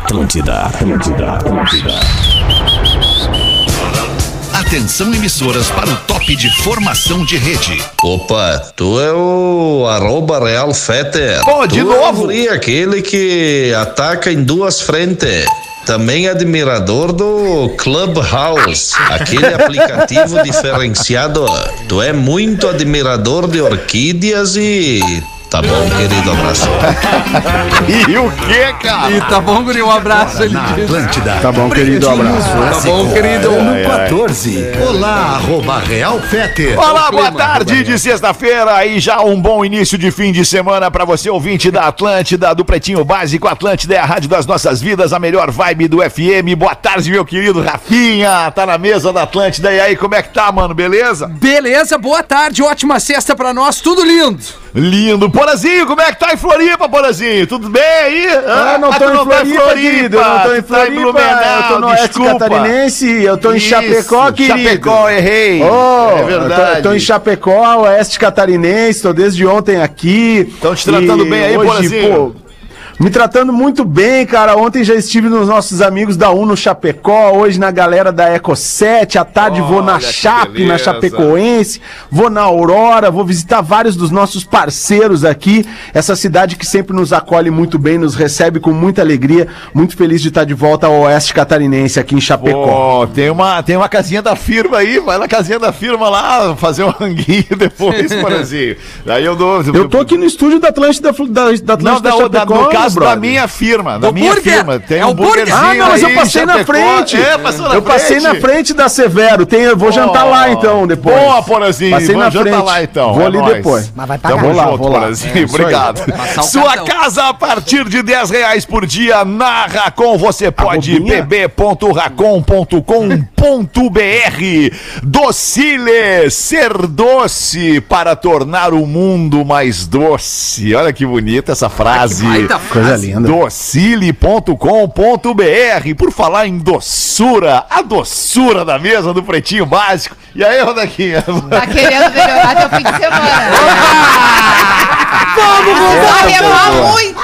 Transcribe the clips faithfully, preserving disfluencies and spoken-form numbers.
Atlântida, Atlântida, Atlântida. Atenção, emissoras, para o top de formação de rede. Opa, tu é o arroba Real Fetter. Pô, de tu novo? É aquele que ataca em duas frentes. Também admirador do Clubhouse, aquele aplicativo diferenciado. Tu é muito admirador de orquídeas e... Tá bom, querido, abraço. E o que, cara? E tá bom, guri, um abraço. Ele Atlântida. Tá bom, querido, abraço. Tá bom, querido. No quatorze. Olá, arroba Real Fetter. Olá, boa tarde de sexta-feira e já um bom início de fim de semana pra você, ouvinte da Atlântida, do Pretinho Básico. Atlântida é a rádio das nossas vidas, a melhor vibe do F M. Boa tarde, meu querido Rafinha. Tá na mesa da Atlântida. E aí, como é que tá, mano? Beleza? Beleza, boa tarde, ótima sexta pra nós, tudo lindo. Lindo. Porazinho, como é que tá em Floripa, Porazinho? Tudo bem aí? Ah, não ah, tô tu em não Floripa, tá em Floripa, querido. Eu não tô em tu tá em Floripa, Blumenau, eu tô no Oeste desculpa. Catarinense, eu tô em Isso, Chapecó, querido. Chapecó, errei. Oh, é verdade. Eu tô, eu tô em Chapecó, Oeste Catarinense, tô desde ontem aqui. Estão te tratando E bem aí, hoje, Porazinho? pô, me tratando muito bem, cara. Ontem já estive nos nossos amigos da Uno Chapecó, hoje na galera da Eco sete, à tarde vou na Olha que Chape, na beleza. Chapecoense, vou na Aurora, vou visitar vários dos nossos parceiros aqui, essa cidade que sempre nos acolhe muito bem, nos recebe com muita alegria, muito feliz de estar de volta ao Oeste Catarinense aqui em Chapecó. Pô, tem uma, tem uma casinha da firma aí, vai na casinha da firma lá, fazer um ranguinho depois, Porazinho. Daí eu dou... Eu tô aqui no estúdio da Atlântida, da, da Atlântida Não, da, da, Chapecó, no caso brother. da minha firma, da Do minha burger. firma. Tem É um o burger. burgerzinho Ah, não, mas eu aí, passei na Chapecó. frente. É, passou na eu passei frente. na frente da Severo. Tem, eu vou jantar lá então depois. Boa, Porazinho. Passei Vamos na jantar frente. lá então. Vou é ali nóis. depois. Mas vai pagar. Tamo Vou lá, junto, vou lá. Porazinho. É, isso Obrigado. Passar o Sua cartão. casa a partir de dez reais por dia na Racon. Você pode bobinha? bb ponto racon ponto com ponto br. Docile, ser doce para tornar o mundo mais doce. Olha que bonita essa frase. Baita Coisa frase. linda. docile ponto com ponto br. Por falar em doçura, a doçura da mesa do Pretinho Básico. E aí, Rodaquinha? Tá querendo melhorar teu fim de semana. Vamos, vamos, Vai remar muito.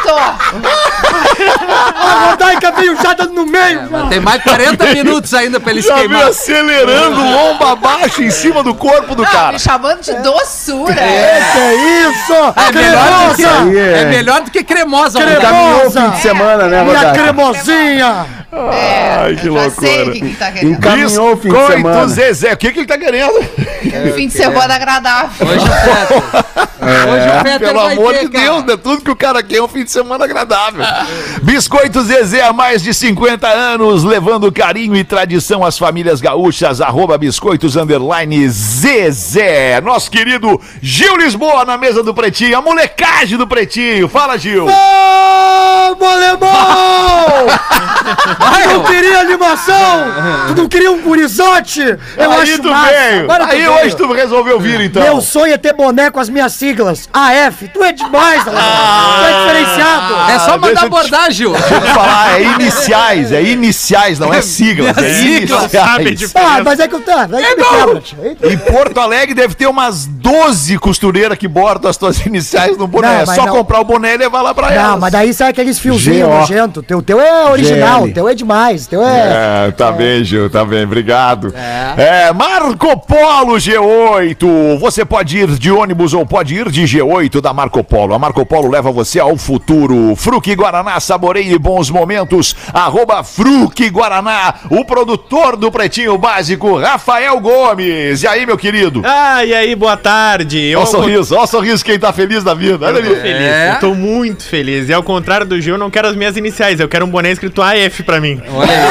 vamos botar em caminho chata no meio. Mas tem mais quarenta minutos ainda pra ele se Já veio queimar. acelerando lomba abaixo em cima do corpo do Não, cara. me chamando de doçura. Que é isso? É melhor, do que, Aí é- é melhor do que cremosa. Cremosa. Caminhou o fim de semana, né, Minha Rodak? cremosinha. É, Ai, que eu já sei loucura. o que, que tá querendo. Encaminhou o fim de Biscoito semana. Zezé, o que, que ele tá querendo? Fim de semana agradável. Hoje o Fetter. Hoje o Fetter Pelo vai amor ter, de cara. Deus, é tudo que o cara quer é um fim de semana agradável. Biscoito Zezé há mais de cinquenta anos, levando carinho e tradição às famílias gaúchas, arroba biscoitos underline Zezé. Nosso querido Gil Lisboa na mesa do Pretinho, a molecagem do Pretinho. Fala, Gil. Vamos, alemão! Tu não queria animação? Tu não queria um gurizote? Eu Aí acho tu massa. veio. Agora tu Aí veio. hoje tu resolveu vir, então. Meu sonho é ter boné com as minhas siglas. A F. Tu é demais, alemão. Tu é diferenciado. É só Ah, deixa mandar eu te- abordar, Gil. Deixa eu te falar, é iniciais, é iniciais, não é siglas, é siglas. iniciais. Ah, mas é que eu tá. Aí tu me quebra, tio. Aí tu- Em Porto Alegre deve ter umas doze costureiras que bordam as tuas iniciais no boné. Não, É mas só não. comprar o boné e levar lá pra elas. Não, mas daí sai aqueles fiozinhos G O. nojentos. Teu, teu é original, G L. teu é demais. Teu é. É, tá bem, Gil, tá bem, obrigado. É. Marco Polo G oito. Você pode ir de ônibus ou pode ir de G oito da Marco Polo. A Marco Polo leva você ao futuro. Fruque Guaraná, saboreie bons momentos. Arroba Fruque Guaraná, o produtor do Pretinho Básico, Rafael Gomes. E aí, meu querido? Ah, e aí, boa tarde. Olha o sorriso, olha o sorriso, quem tá feliz da vida. Olha Eu tô ali. feliz, É. eu tô muito feliz. E ao contrário do Gil, eu não quero as minhas iniciais, eu quero um boné escrito A F pra mim. Olha aí.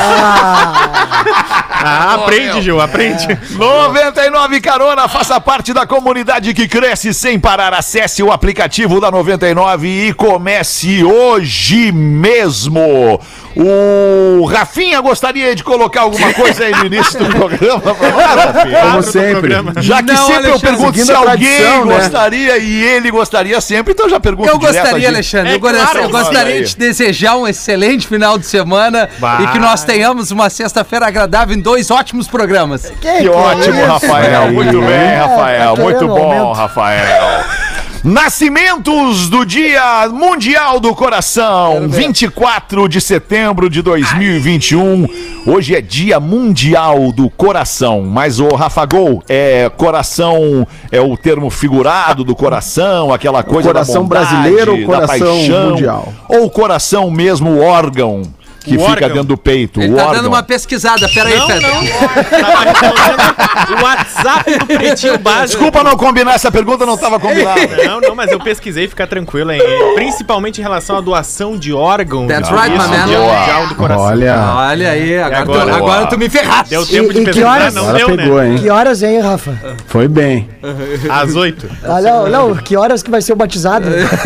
Ah, aprende, Gil, aprende. noventa e nove Carona, faça parte da comunidade que cresce sem parar. Acesse o aplicativo da noventa e nove e comece hoje mesmo. O Rafinha gostaria de colocar alguma coisa aí no início do programa pra nós, Rafinha? Como sempre. Já que Não, sempre eu Alexandre, pergunto se seguindo a alguém tradição, né? gostaria e ele gostaria sempre, então eu já pergunto Eu direto a gostaria, gente. Alexandre, É eu, gostaria- claro, eu gostaria aí. de te desejar um excelente final de semana Vai. e que nós tenhamos uma sexta-feira agradável em dois ótimos programas. Que ótimo, isso? Rafael. Aí. Muito bem, É, Rafael. tá Muito querendo bom, aumento. Rafael. Nascimentos do Dia Mundial do Coração, vinte e quatro de setembro de dois mil e vinte e um. Hoje é Dia Mundial do Coração, mas o Rafa Gol, é coração, é o termo figurado do coração, aquela coisa coração da bondade, brasileiro ou da coração paixão, mundial? ou coração mesmo, o órgão que O fica órgão. dentro do peito, Ele o tá órgão. dando uma pesquisada, peraí, Não, Pedro. não. Tava respondendo o WhatsApp do Pretinho Básico. Desculpa não combinar, essa pergunta não estava combinada. Não, não, mas eu pesquisei, fica tranquilo, hein? Principalmente em relação à doação de órgãos. That's Isso, right, my man. Dia Mundial do Coração. Olha, Olha aí, agora, agora? tu, agora tu me ferraste. Deu tempo E- de e que pesquisar, horas? não agora deu, pegou, né? hein? Que horas, hein, Rafa? Foi bem. Às oito. Ah, não, não, que horas que vai ser o batizado?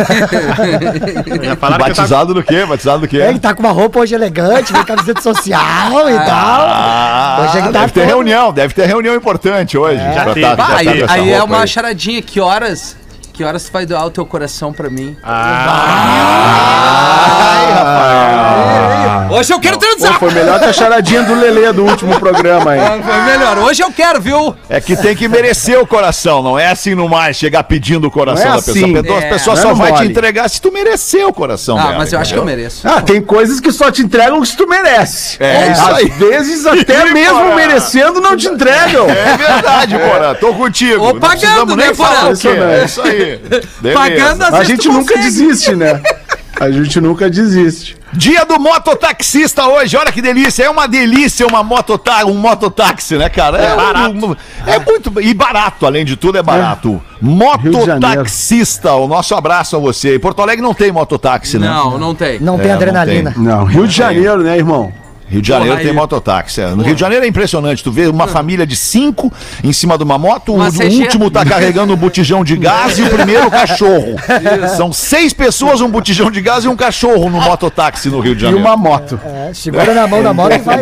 Já falaram que eu tava... Batizado do quê? Batizado do quê? É, ele tá com uma roupa hoje elegante, com camiseta social e tal. Ah, Hoje é que tá deve ter todo- reunião, deve ter reunião importante hoje. Já pra teve. tá- Bah, pra tá aí com essa aí é roupa uma aí. charadinha. Que horas? Que horas tu vai doar o teu coração pra mim? Ai, rapaz. Hoje eu quero Pô, transar! foi melhor que a charadinha do Lelê do último programa aí. Ah, Foi melhor. Hoje eu quero, viu? É que tem que merecer o coração, não é assim no mais, chegar pedindo o coração Não é da pessoa. assim. A pessoa- É. a pessoa Não é só no vai te mole. entregar se tu merecer o coração Ah, dela, mas eu acho que eu entendeu? mereço. Ah, tem coisas que só te entregam se tu merece. É, isso Às aí. vezes, até Ih, mesmo Porã. merecendo, não te entregam. É verdade, Porã. Tô contigo. Ou Não pagando, precisamos né, nem falar Porã? o quê. É isso aí. Beleza. Pagando às A vezes gente tu nunca consegue. desiste, né? A gente nunca desiste. Dia do mototaxista hoje, olha que delícia. É uma delícia uma motota um mototáxi, né, cara? É, barato. É muito. E barato, além de tudo, é barato. Rio de Janeiro. Mototaxista, o nosso abraço a você. Em Porto Alegre não tem mototáxi, né? Não, não tem. Não É, tem não adrenalina. Não, Rio de Janeiro, né, irmão? Rio de Janeiro Porra, tem aí- mototáxi. É. No Rio de Janeiro é impressionante. Tu vê uma família de cinco em cima de uma moto, o, Uma o C G. último tá carregando um botijão de gás e o primeiro o cachorro. São seis pessoas, um botijão de gás e um cachorro no mototáxi no Rio de E Janeiro. uma moto. É, segura na mão da moto e vai.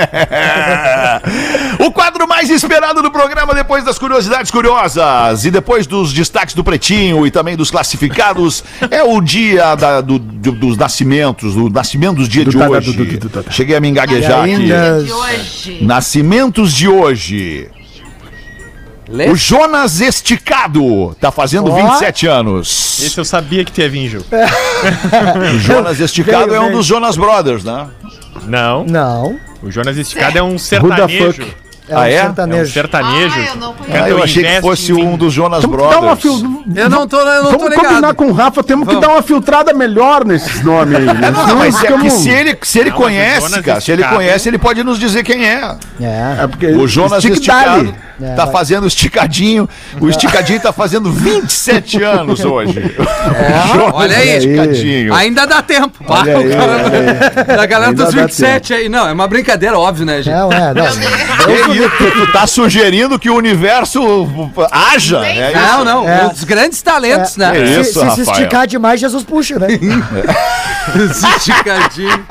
O quadro mais esperado do programa, depois das curiosidades curiosas e depois dos destaques do Pretinho e também dos classificados, é o dia da- do- do- dos nascimentos, o nascimento dos dias Do de tá- hoje. do- do- do- do- do- Cheguei a me engaguejar E aqui. ainda- De hoje. Nascimentos de hoje. Lê? O Jonas Esticado tá fazendo Ó. vinte e sete anos. Esse eu sabia que tinha vindo. O Jonas Esticado Veio, é um veio. dos Jonas Brothers, né? Não, Não. o Jonas Esticado é um Who the sertanejo. fuck? É Ah, um é? É um sertanejo. sertanejo. Ah, eu não conheço. Canta Ah, eu o achei que Invest fosse in Me. um dos Jonas Temos que dar uma Brothers. fil... Eu não tô, eu não tô Vamos ligado. combinar com o Rafa, temos que Vamos. dar uma filtrada melhor nesses nomes aí. né? Não, mas é Ficamos- que se ele, se ele Não, mas o conhece, Jonas cara, se ele Esticado- conhece, ele pode nos dizer quem é. É. É porque O Jonas Stick Esticado Dali. É, tá vai. fazendo esticadinho. O esticadinho tá fazendo vinte e sete anos hoje. O Jonas olha aí. Esticadinho. Ainda dá tempo. Pá, Olha aí, o cara- olha da galera Ainda dos dá vinte e sete aí. Não, é uma brincadeira, óbvio, né, gente? Não, é, não. Que isso? Tu tá sugerindo que o universo haja, né? Não, não. É. Um dos grandes talentos, É né? isso, se, se, Rafael. se esticar demais, Jesus puxa, né? Esse esticadinho.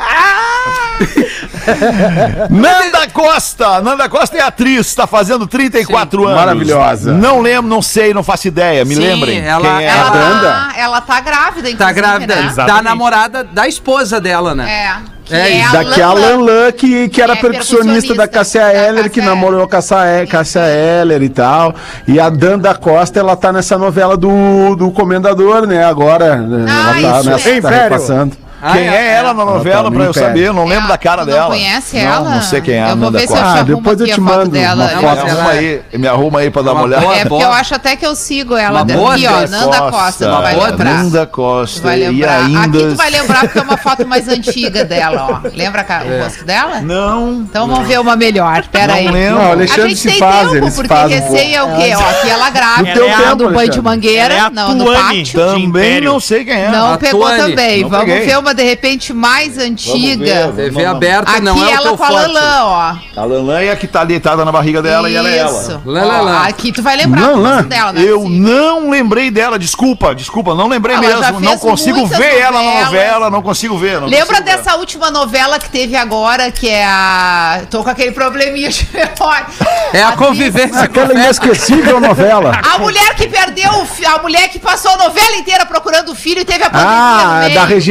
Nanda Costa! Nanda Costa é atriz, tá fazendo trinta e quatro anos. Maravilhosa. Não lembro, não sei, não faço ideia. Me Sim, lembrem. ela- quem é? Ela, Nanda? tá, ela tá grávida, inclusive, Tá grávida né? da Exatamente. namorada da esposa dela, né? É. Que É, é a Daqui a Lan Lan. Lan que, que era É, percussionista da percussionista Cássia da Eller, que Cássia namorou a Cássia, Cássia Eller e tal. E a Danda Costa, ela tá nessa novela do, do Comendador, né? Agora, né, Ah, ela tá isso nessa, mesmo. tá Império. repassando. Quem Ah, é ela na novela, tá no pra eu Império. saber? Eu não lembro É, da cara tu não dela. conhece Não, ela? não sei quem é a Eu vou Nanda ver se eu Costa. te Ah, arrumo depois eu aqui te a foto mando dela. uma Eu Me foto. vou arruma mostrar. aí, me arruma aí pra dar uma Uma olhada. boa- É porque boa. eu acho até que eu sigo ela. Uma Aqui, boa ó, atriz. Nanda Costa, tu vai boa lembrar. Nanda Tu Costa. vai E lembrar. ainda... Aqui tu vai lembrar porque é uma foto mais antiga dela, ó. Lembra ca- o rosto dela? Não. Então vamos ver uma melhor. Pera Não aí. lembro. Não, o A Alexandre gente se tem faz, tempo, ele se porque faz um recém é o quê? Ó, aqui ela grávida. No teu ela tempo, no banho de Alexandre. mangueira, Ela é a não, no Tuane. pátio. De Também Império. não sei quem é. Não A pegou Tuane. também. Não Vamos peguei. ver uma de repente mais antiga. ver, T V aberta Aqui não é o ela teu com a forte. Lanlan, ó. A Lanlan é a que tá deitada na barriga dela e ela é ela. Isso. Lá, lá, Ó, lá. aqui tu vai lembrar Lan o Lan. rosto dela, né? Eu Sim. não lembrei dela, desculpa, desculpa, não lembrei Ela já mesmo. Não fez consigo muitas ver ela na novelas. novela, não consigo ver. Não Lembra consigo ver. dessa última novela que teve agora, que é a... Tô com aquele probleminha de memória. É a Atriz- convivência com Aquela inesquecível novela. A mulher que perdeu o fi... A mulher que passou a novela inteira procurando o filho e teve a pandemia no Ah, meio. da Regina Casé.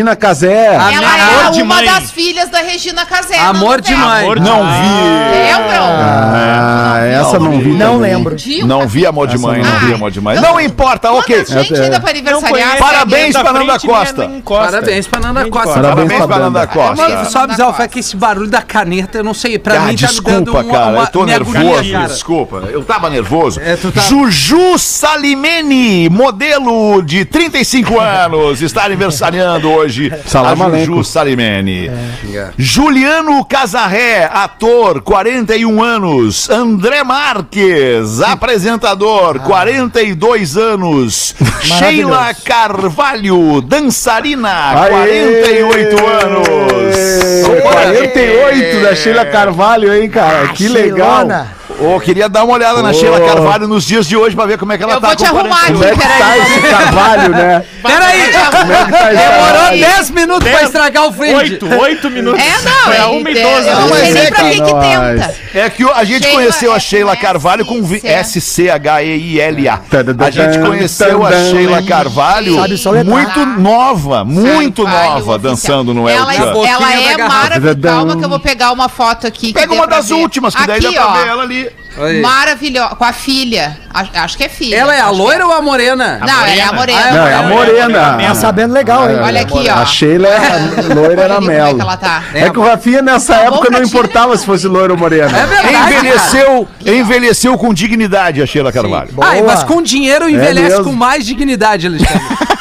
Casé. Ela Amor é de uma mãe. das filhas da Regina Casé. Amor de mãe. Amor de Não mãe. vi. Lembram? Ah, essa não vi. Não também. lembro. Não vi Amor de Mãe, não vi Amor de Mãe. Não importa, ok. Quanta gente ainda pra aniversariar. Parabéns Da pra Nanda frente, nem- Costa. nem encosta. Parabéns pra Nanda Nem Costa. encosta. Parabéns Parabéns pra pra Nanda Costa. Costa. Só avisar o Fé que esse barulho da caneta, eu não sei, pra Ah, mim tá me desculpa, dando uma, cara, uma eu tô me agonia, nervoso, cara. desculpa. Eu tava nervoso. É, tu tá- Juju Salimene, modelo de trinta e cinco anos, está aniversariando hoje. Salam a Juju aleikum. Salimene. Juliano Casarré, ator, quarenta e um anos. André Marques, apresentador, quarenta e dois anos. Sheila Carvalho, dançarina, Aê! quarenta e oito anos. quarenta e oito da Sheila Carvalho, hein, cara? Que legal. Sheilona. Ô, queria dar uma olhada na Ô. Sheila Carvalho nos dias de hoje pra ver como é que ela Eu tá. vou te com arrumar Como é que tá Peraí. esse Carvalho, né? Peraí, Como é que tá esse demorou Carvalho? dez minutos pra estragar o frente. Oito, oito minutos. É, não, Foi a é, uma e é, doze. eu não mas sei nem é pra que que que nós- tenta. É que o- a gente Sheila conheceu a é Sheila com Carvalho com vi- S C. S C H E I L A. A gente conheceu a Tadã. Sheila Carvalho Sabe soletrar. muito nova, muito Carvalho nova, oficial. dançando no El Ela, Chan. ela Boquinha é da garrafa. maravilhosa. Calma que eu vou pegar uma foto aqui. que Pega dê uma pra das ver. últimas, que daí aqui, dá pra ó, ver ela ali. Aí. Maravilhosa. Com a filha. Acho, acho que é filha. Ela é a Acho que loira ou a morena? Não, ela é a morena. Ah, Não, é a Morena. Tá sabendo legal, hein? Olha aqui, ó. A Sheila é a loira Olha era ali como é Melo. que ela tá. É que o Rafinha nessa Tá bom, época não Catinha? importava se fosse loiro ou moreno. É verdade, Envelheceu, envelheceu com dignidade a Sheila Carvalho. Boa. Ai, mas com dinheiro envelhece mesmo. com mais dignidade, Alexandre.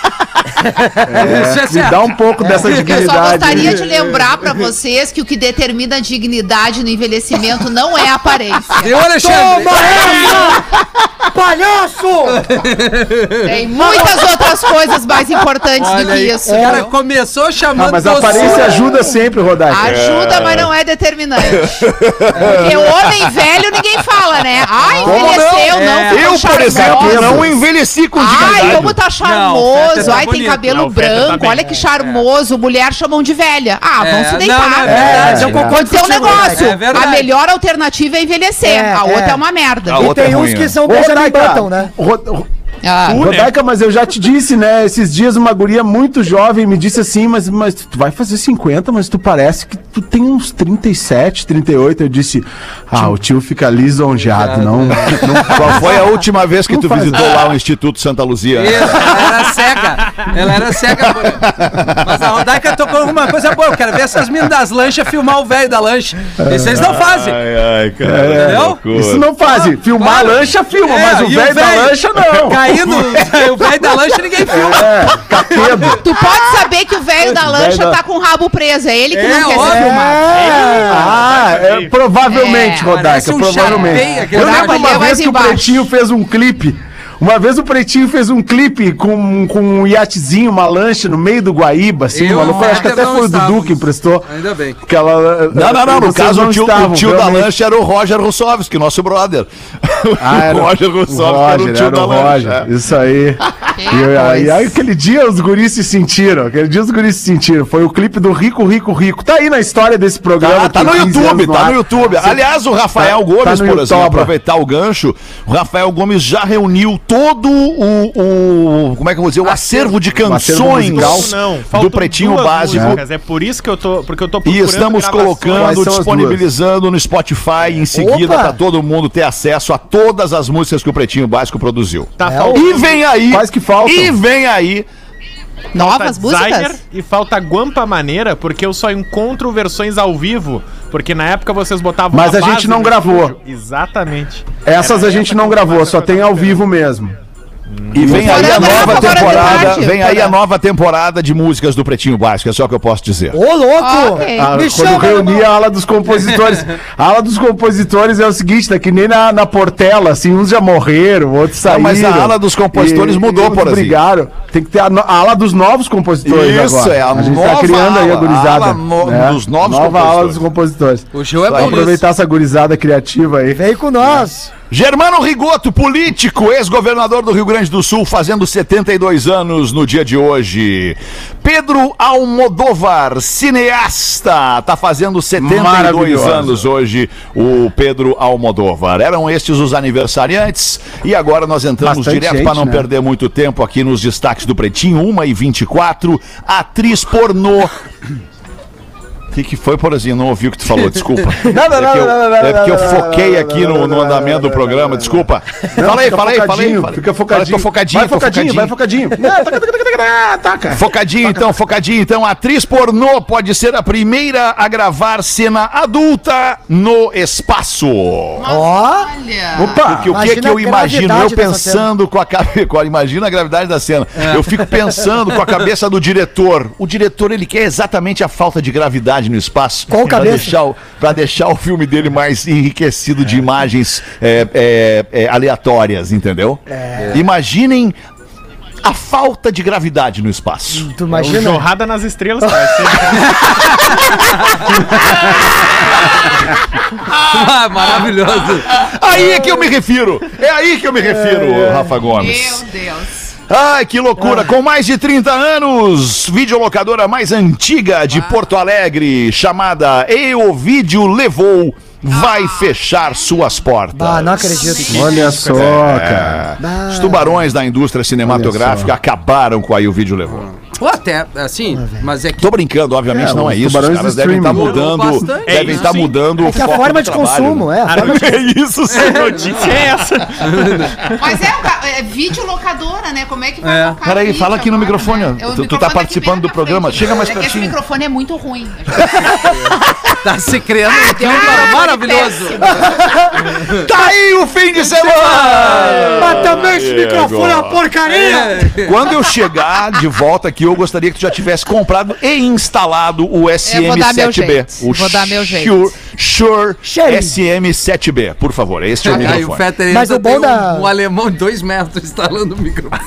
Isso é Me certo. dá um pouco dessa Eu só dignidade. gostaria de lembrar pra vocês que o que determina a dignidade no envelhecimento não é a aparência. Viu, Alexandre? Toma essa! Palhaço! Tem muitas outras coisas mais importantes do Olha que aí, isso. o cara viu? começou chamando Ah, mas a doçura. aparência ajuda sempre, Rodaica. Ajuda, mas não é determinante. Porque homem velho ninguém fala, né? Ah, envelheceu, não? não, É. ficou Eu, por charmoso. exemplo, não envelheci com Ai, dignidade. como tá Não, o charmoso. Fetter tá Ai, tem bonito. cabelo Não, o Fetter tá branco. bem. Olha que charmoso. Mulher chamam de velha. Ah, É, vão se não, deitar. não, é verdade, eu concordo Pode ser um contigo, negócio. é verdade. A melhor alternativa é envelhecer. É, a outra é. é, uma merda. A E outra tem é uns ruim, que né? são Ô, Benjamin Rodaica, Button, né? Ro- Ah, Rodaica, mas eu já te disse, né? Esses dias uma guria muito jovem me disse assim, mas, mas tu vai fazer cinquenta, mas tu parece que tu tem uns trinta e sete, trinta e oito. Eu disse, ah, o tio fica lisonjeado, não, não Qual foi a última vez que Não tu faz visitou lá o Instituto Santa Luzia? Isso, ela era cega. Ela era cega. pô. Mas a Rodaica tocou alguma coisa boa. Eu quero ver essas minas das lanchas filmar o velho da lancha. Isso eles não fazem. Ai, ai, cara. É, Entendeu? loucura. Isso não faz. Filmar claro. a lancha, filma, É, mas o e o velho da velho? lancha, não. Caindo, o velho da lancha ninguém filma. É, caquedo. Tu pode saber que o velho da lancha da- tá com o rabo preso. É ele que É, não quer óbvio. ser filmado. Ah, é, provavelmente, É, Rodaica, parece um provavelmente. charpeio, aquele Eu lembro rabo ali uma é mais vez que o embaixo. Pretinho fez um clipe. Uma vez o Pretinho fez um clipe com, com um iatezinho, uma lancha no meio do Guaíba, assim, Eu, mano. Foi, acho que até não foi o Dudu estávamos. que emprestou. Ainda bem. Aquela, Não, não, não. No vocês caso, não o tio, estavam, o tio da realmente. lancha era o Roger Russovski, nosso brother. Ah, era o Roger o Russovski Roger, era o tio era da o lancha. Roger. Isso aí. E, aí, aí aquele dia os guris se sentiram. Aquele dia os guris se sentiram. Foi o clipe do Rico, Rico, Rico. Tá aí na história desse programa. Tá, tá tem no quinze YouTube, anos tá ar. no YouTube. Aliás, o Rafael Tá- Gomes, tá no por exemplo, YouTube. aproveitar o gancho, o Rafael Gomes já reuniu todo o, o como é que eu vou dizer, o acervo de acervo canções musical. Não, do faltam Pretinho duas Básico. músicas, É por isso que eu tô, porque eu tô E procurando estamos gravações. colocando, Quais são as disponibilizando no Spotify em seguida Opa! pra todo mundo ter acesso a todas as músicas que o Pretinho Básico produziu. Tá É, faltando E vem aí, Quais que faltam? e vem aí, Novas Designer músicas? e falta Guampa Maneira, porque eu só encontro versões ao vivo, porque na época vocês botavam Mas uma a gente base não no gravou. estúdio. Exatamente. Essas a gente essa não que gravou, começa só a tem tocar ao no vivo mesmo. e vem Porã aí a grava nova agora de temporada, tarde, vem aí a Porã. nova temporada de músicas do Pretinho Básico, é só o que eu posso dizer. Ô, louco! Ok. Ah, Me quando chama, reuni irmão. a ala dos compositores. A ala dos compositores é o seguinte, tá que nem na, na Portela, assim, uns já morreram, outros saíram. mas a ala dos compositores mudou, outros Porazinho. brigaram. Tem que ter a, no- a ala dos novos compositores Isso, agora. é a gente nova tá criando aí a ala, gurizada. a ala no- né? dos novos Nova ala compositores. dos compositores. O show é Vai bom aproveitar essa gurizada criativa aí. Vem com nós! Germano Rigoto, político, ex-governador do Rio Grande do Sul, fazendo setenta e dois anos no dia de hoje. Pedro Almodóvar, cineasta, tá fazendo setenta e dois anos hoje, o Pedro Almodóvar. Eram estes os aniversariantes e agora nós entramos Bastante direto gente, para não né? perder muito tempo aqui nos destaques do Pretinho. uma e vinte e quatro, atriz pornô. O que, que foi, Porazinho? Não ouvi o que tu falou, desculpa. Nada, é nada, que eu, nada, é porque eu nada, foquei nada, aqui nada, no, no nada, andamento do nada, programa, nada, desculpa. Não, Fala aí, fica fala aí, fala aí. focadinho, fala aí. Fica focadinho. Tô focadinho, vai tô focadinho, vai focadinho. Ah, taca. Focadinho então, focadinho então. Atriz pornô pode ser a primeira a gravar cena adulta no espaço. Ó. Olha. Opa! Porque o que, Imagina que eu a imagino? gravidade Eu dessa pensando com a cabeça. Imagina a gravidade da cena. Eu fico pensando com a cabeça do diretor. O diretor, ele quer exatamente a falta de gravidade no espaço. Qual pra cabeça? deixar, o, pra deixar o filme dele mais enriquecido de imagens é, é, é, aleatórias, entendeu? Imaginem a falta de gravidade no espaço. Tu O imagina? Jorrada nas Estrelas, cara. Ah, maravilhoso. Aí é que eu me refiro. É aí que eu me refiro, Rafa Gomes. Meu Deus. Ai, que loucura! Com mais de trinta anos, videolocadora mais antiga de Porto Alegre, chamada E o Vídeo Levou, vai fechar suas portas. Ah, não acredito. Olha só, cara. É. Os tubarões da indústria cinematográfica acabaram com aí o Vídeo Levou. Ou até, assim, mas é que... Tô brincando, obviamente É, não é os isso. Os tubarões caras do devem estar streaming. mudando, Bastante. devem É estar isso, mudando É que a foco forma do de trabalho, consumo, né? é. A forma de... É isso, sim. Notícia é essa. Mas é, ca- é videolocadora, né? Como é que vai É. colocar Peraí, vídeo fala aqui no agora, microfone, ó. né? É, o Tu- tu microfone tá aqui participando bem do na programa. frente. Chega mais É que esse pertinho. microfone é muito ruim. Tá se criando um Tem um clima microfone maravilhoso. péssimo. Tá aí o fim de semana! Mas também esse microfone é uma porcaria! Quando eu chegar de volta aqui, eu gostaria que tu já tivesse comprado e instalado o S Eu vou M dar meu sete B. jeito. O Vou dar meu jeito. Shure, Shure Shure. S M sete B, por favor. Este é o Aí o microfone. Fetter Mas ainda o bom tem um, da- um alemão de dois metros instalando o microfone.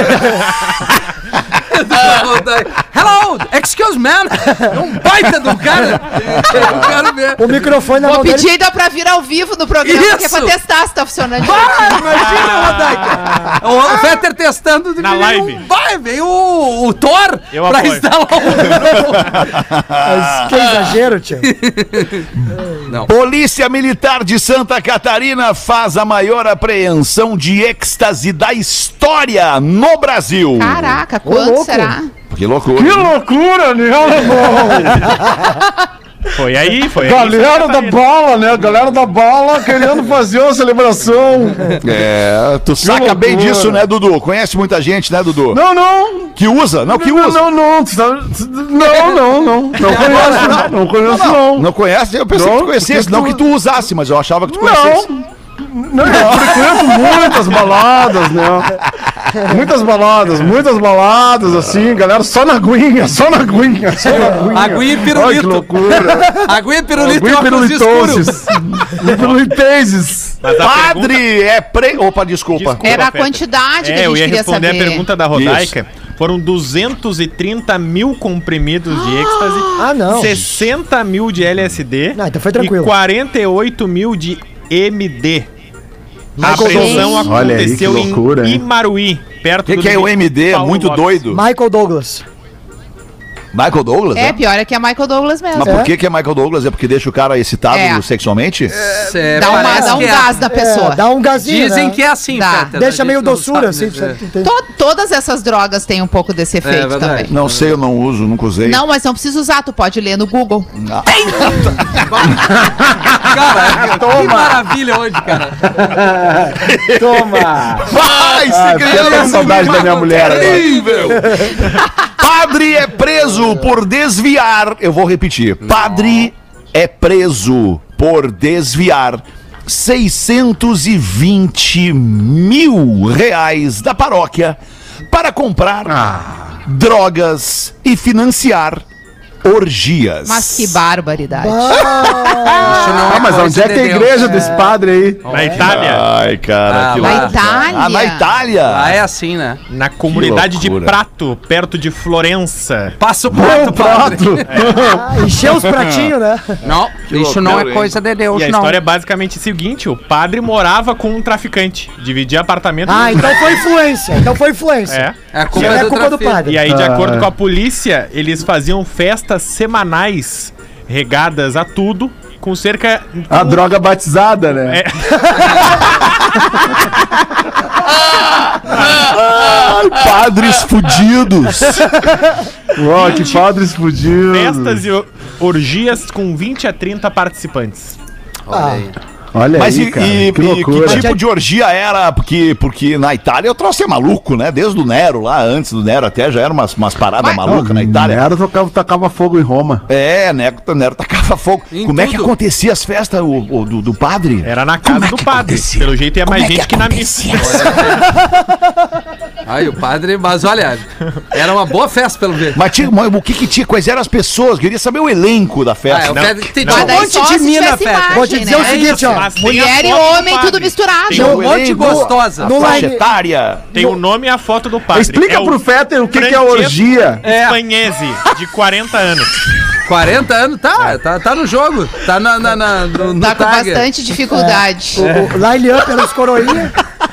Hello, excuse man. É um baita do cara. Eu quero ver. O microfone na Vou mão dele. pedir ainda pra vir ao vivo no programa, Isso. que é pra testar se tá funcionando. Ah, imagina, Rodaica. O, o Fetter testando. Na live. Vai, veio o, o Thor Eu pra apoio. instalar o microfone. Mas que exagero, tio. Polícia Militar de Santa Catarina faz a maior apreensão de êxtase da história no Brasil. Caraca, quanto louco. será? Que loucura. Que loucura, né, alemão? Foi aí, foi aí. Galera da bola, né? Galera da bola querendo fazer uma celebração. É, tu saca loucura. bem disso, né, Dudu? Conhece muita gente, né, Dudu? Não, não. Que usa? Não, que Não, usa. não, não. tu tá- Não, não, não. Não conheço. Não conheço, não. Não conhece? Eu pensei Não, que tu conhecesse, porque não tu- que tu usasse, mas eu achava que tu conhecesse. Não. Não, eu frequento muitas baladas, né? Muitas baladas, muitas baladas, assim, galera, só na aguinha, só na aguinha, só na aguinha. Aguinha e pirulito. Ai, que loucura. Aguinha, pirulito e Aguinha óculos escuros. pirulitoses. Pirulitezes. Mas a pergunta- Padre é pre... Opa, desculpa. Desculpa. Era a Fetter. quantidade que a É, eu gente ia queria responder saber. a pergunta da Rodaica. Foram duzentos e trinta mil comprimidos de êxtase, Ah, não. sessenta mil de L S D Não, então foi tranquilo. e quarenta e oito mil de M D. A Michael apreensão Douglas. Olha aí, aconteceu que loucura, em hein? Imaruí, perto O que, do que é o limite M D? É Paulo muito Lopes. doido. Michael Douglas. Michael Douglas? É, né? pior é que é Michael Douglas mesmo. Mas por que, que é Michael Douglas? É porque deixa o cara excitado É. sexualmente? É, Dá, uma, parece dá um que é. gás na pessoa. É, dá um gazinho, Dizem né? que é assim, Dá. Fetter. Deixa a meio gente não doçura, sabe, assim. né? sabe? Tem- To- todas essas drogas têm um pouco desse efeito verdade. também. Não sei, eu não uso, nunca usei. Não, mas não precisa usar, tu pode ler no Google. Cara, que maravilha hoje, cara. Toma. Vai, Ah, se fiquei com saudade da minha mulher agora. Incrível! Padre é preso por desviar. Eu vou repetir. Padre é preso por desviar seiscentos e vinte mil reais da paróquia para comprar drogas e financiar orgias. Mas que barbaridade. Ah, mas onde é que é a igreja desse padre aí? Na Itália. Ai, cara, Ah, que lá- loucura. Na Itália. Ah, na Itália. Ah, é assim, né? Na comunidade de loucura. Prato, perto de Florença. Passa o Bom prato, padre. prato. Ah, encheu os pratinhos, né? Não, isso não loucura, é coisa de Deus, E a não. história é basicamente o seguinte: o padre morava com um traficante, dividia apartamento. Ah, então foi influência. Então foi influência. É. É a Não culpa, é do, culpa do trafi- padre. E aí, de Ah, acordo é. com a polícia, eles faziam festas semanais regadas a tudo, com cerca. A droga batizada, né? É. Ai, padres fudidos. Ó, que padres fudidos. Festas e o- orgias com vinte a trinta participantes. Olha aí. Olha Mas aí, e, cara, e- que e loucura. que tipo de orgia era? Porque, porque na Itália o troço é maluco, né? Desde o Nero lá, antes do Nero até, já eram umas, umas paradas Mas- malucas na Itália. Nero tocava, tacava fogo em Roma. É, Nero, Nero tacava fogo. Em Como é que tudo. acontecia as festas o, o- do, do padre? Era na casa do padre. Pelo jeito ia mais gente que na missa. Aí o padre, mas olha, era uma boa festa pelo ver. Mas tinha, mas o que que tinha? Quais eram as pessoas? Queria saber o elenco da Ah, festa. é, o não, Pedro, tem não. um Mas daí monte só de se mina tivesse festa. imagem, Vou te dizer o né? seguinte, ó. Mas tem Mulher a e foto do homem, padre. tudo misturado. Tem Tinha um o monte de elenco. gostosa. No Faixa line- etária. Tem o nome e a foto do padre. Explica o pro Fetter o que, que é Francesco orgia. É. Spagnese, de quarenta anos. quarenta anos, tá, tá, tá no jogo. Tá na, na, na- no, no Tá com tag. bastante dificuldade. O, o line up era os coroinha.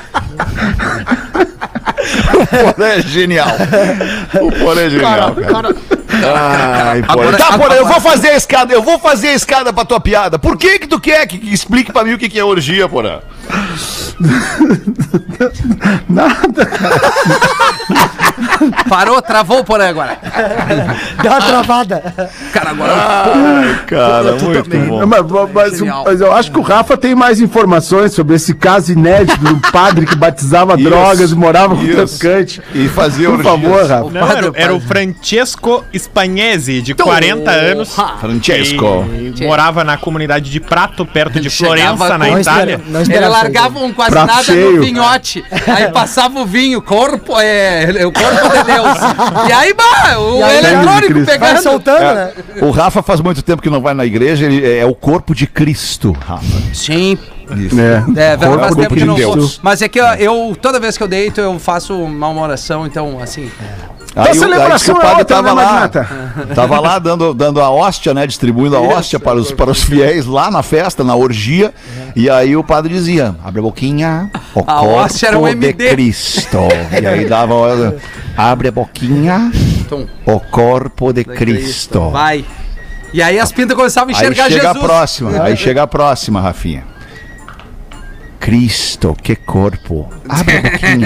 O Porã é genial. O Porã é genial, cara. Ai, Porã. Agora- Tá, Porã, eu agora- vou fazer a escada, eu vou fazer a escada pra tua piada. Por que que tu quer que, que explique pra mim o que que é orgia, Porã? Parou, travou por aí agora. Deu uma travada. Cara, agora. Ai, cara, muito bom. Mas, mas- Genial. mas eu acho que o Rafa tem mais informações sobre esse caso inédito do padre que batizava Isso, drogas e morava com o isso. traficante. E fazer Por orgias. favor, Rafa. Não, era, era o Francesco Spagnese, de quarenta anos. Francesco. E morava na comunidade de Prato, perto de Chegava Florença, na com- Itália. Não Ele esperava isso aí. largava um quase Prato nada cheio. no vinhote. Aí passava o vinho, corpo, é, o corpo de Deus. E aí, bah, o E aí, eletrônico Cristo. Vai pegando. soltando, né? O Rafa faz muito tempo que não vai na igreja, ele é o corpo de Cristo, Rafa. Sim. Isso. É. É, velho, faz Corpo tempo de que não vou. Deus. Mas é que eu, eu, toda vez que eu deito, eu faço uma oração, então, assim. Aí, Essa o- aí celebração diz que o é padre outra, tava né, lá, Magnata? tava lá dando, dando a hóstia, né, distribuindo a hóstia para os, para os fiéis lá na festa, na orgia, e aí o padre dizia, abre a boquinha, o A hóstia era um corpo de M D. Cristo, e aí dava, a- abre a boquinha, Tum. o corpo de Cristo. Vai. E aí as pintas começavam a Aí enxergar chega Jesus. a próxima, aí chega a próxima, Rafinha. Cristo, que corpo. Abre a boquinha.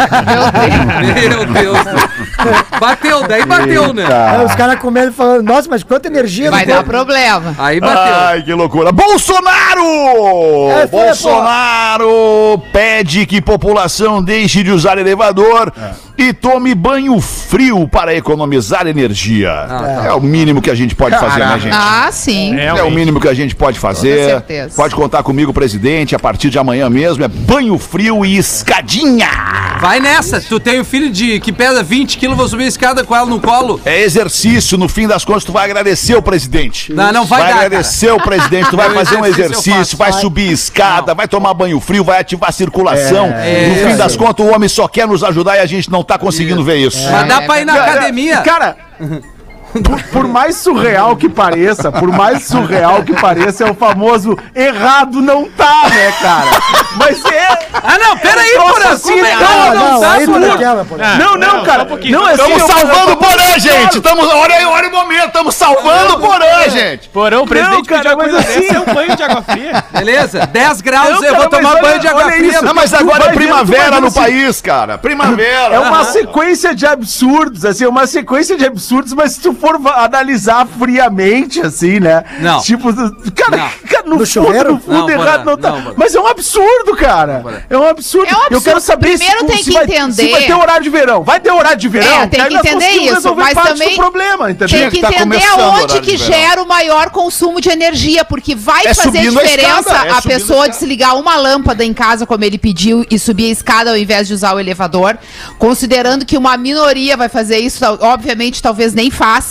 Meu Deus. Bateu, daí bateu, né? Aí os caras comendo e falando, nossa, mas quanta energia. Vai no dar corpo. problema. Aí bateu. Ai, que loucura. Bolsonaro! É, foi, Bolsonaro pede que população deixe de usar elevador e tome banho frio para economizar energia. É o mínimo que a gente pode fazer, né, gente? Ah, sim. É o mínimo que a gente pode fazer. certeza. Pode contar comigo, presidente. A partir de amanhã mesmo é banho frio e escadinha. Vai nessa. Tu tem um filho de que pesa vinte quilos, vou subir a escada com ela no colo. É exercício. No fim das contas, tu vai agradecer o presidente. Não, não vai dar, agradecer o presidente. Tu vai O fazer um exercício eu exercício, faço. vai subir escada, vai tomar banho frio, vai ativar a circulação. É, no fim é. das contas, o homem só quer nos ajudar e a gente não tá conseguindo ver isso. Mas dá pra ir na Cara, academia. Cara, por, por mais surreal que pareça, por mais surreal que pareça, é o famoso errado não tá, né, cara? Mas é. Ah, não, peraí, troço porra. assim, Como é que cara, ela Não, não tá aí tu surreal? naquela, pô. Ah, Não, não, cara. só um pouquinho. Não, é Estamos assim, eu- salvando o eu- Porã, gente! Tamo, olha aí, olha o momento, estamos salvando o Porã, gente! Porão, o presidente Não, cara, pediu a mas coisa assim- dessa, é um banho de água fria. Beleza? dez graus, Não, eu cara, vou mas tomar olha- banho de água olha fria. isso. Não, mas Tu agora vai é vendo, tu primavera vai no vendo assim. país, cara. Primavera. É uma Aham. sequência de absurdos, assim, é uma sequência de absurdos, mas se tu for va- analisar friamente, assim, né? Não. Tipo, cara, Não. cara, no, No fundo, chuveiro? no fundo, Não, errado Porã, não tá. não, Porã. Mas é um absurdo, cara. É um absurdo. É um Eu absurdo. quero saber Primeiro se, tem se que vai, entender. se vai ter horário de verão. Vai ter horário de verão? É, tem aí que nós entender conseguimos isso, resolver mas parte também do problema, entendeu? Tem Tinha que que tá entender começando o aonde horário que de verão. gera o maior consumo de energia, porque vai É fazer subindo a diferença escada, é a subindo a pessoa escada. desligar uma lâmpada em casa, como ele pediu, e subir a escada ao invés de usar o elevador, considerando que uma minoria vai fazer isso, tal- obviamente talvez nem faça.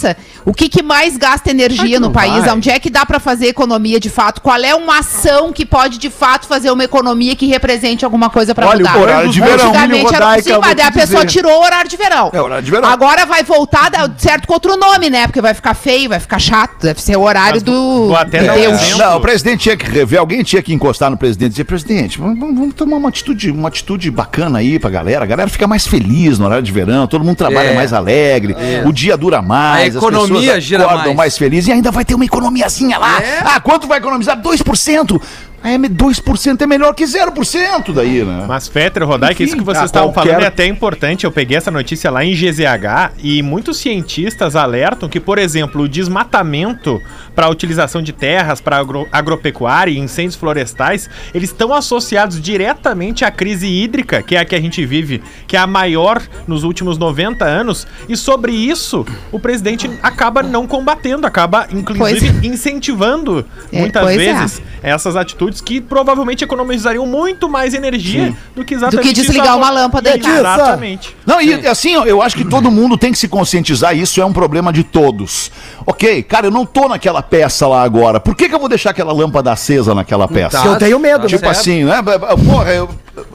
O que, que mais gasta energia no país? vai. Onde é que dá pra fazer economia de fato? Qual é uma ação que pode de fato fazer uma economia que represente alguma coisa pra Olha, mudar? o horário de verão, Antigamente Emílio era Rodaica, possível, mas vou daí a te pessoa dizer. tirou o horário de verão. É, horário de verão. Agora vai voltar, dá certo, com outro nome, né? Porque vai ficar feio, vai ficar chato. Deve ser o horário Mas do vou até de dar um Deus. exemplo. Não, o presidente tinha que rever, alguém tinha que encostar no presidente e dizer, presidente, vamos, vamos- vamos tomar uma atitude, uma atitude bacana aí pra galera. A galera fica mais feliz no horário de verão, todo mundo trabalha É. mais alegre, o dia dura mais, A economia as pessoas gira acordam mais. mais felizes e ainda vai ter uma economiazinha lá. É. Ah, quanto vai economizar? dois por cento. É, dois por cento é melhor que zero por cento daí, né? Mas, Fetter, Rodaica, isso que vocês ah, estavam qualquer- falando é até importante. Eu peguei essa notícia lá em G Z H e muitos cientistas alertam que, por exemplo, o desmatamento para a utilização de terras para agro agropecuária e incêndios florestais, eles estão associados diretamente à crise hídrica, que é a que a gente vive, que é a maior nos últimos noventa anos. E sobre isso, o presidente acaba não combatendo, acaba, inclusive, incentivando, É, muitas pois é. vezes, essas atitudes que provavelmente economizariam muito mais energia do que exatamente Do que desligar isso uma lâmpada em casa. Exatamente. Não, e assim, eu acho que todo mundo tem que se conscientizar, isso é um problema de todos. Ok, cara, eu não tô naquela peça lá agora. Por que, que eu vou deixar aquela lâmpada acesa naquela peça? Eu tenho medo, Tipo né? assim, né? Porra, eu.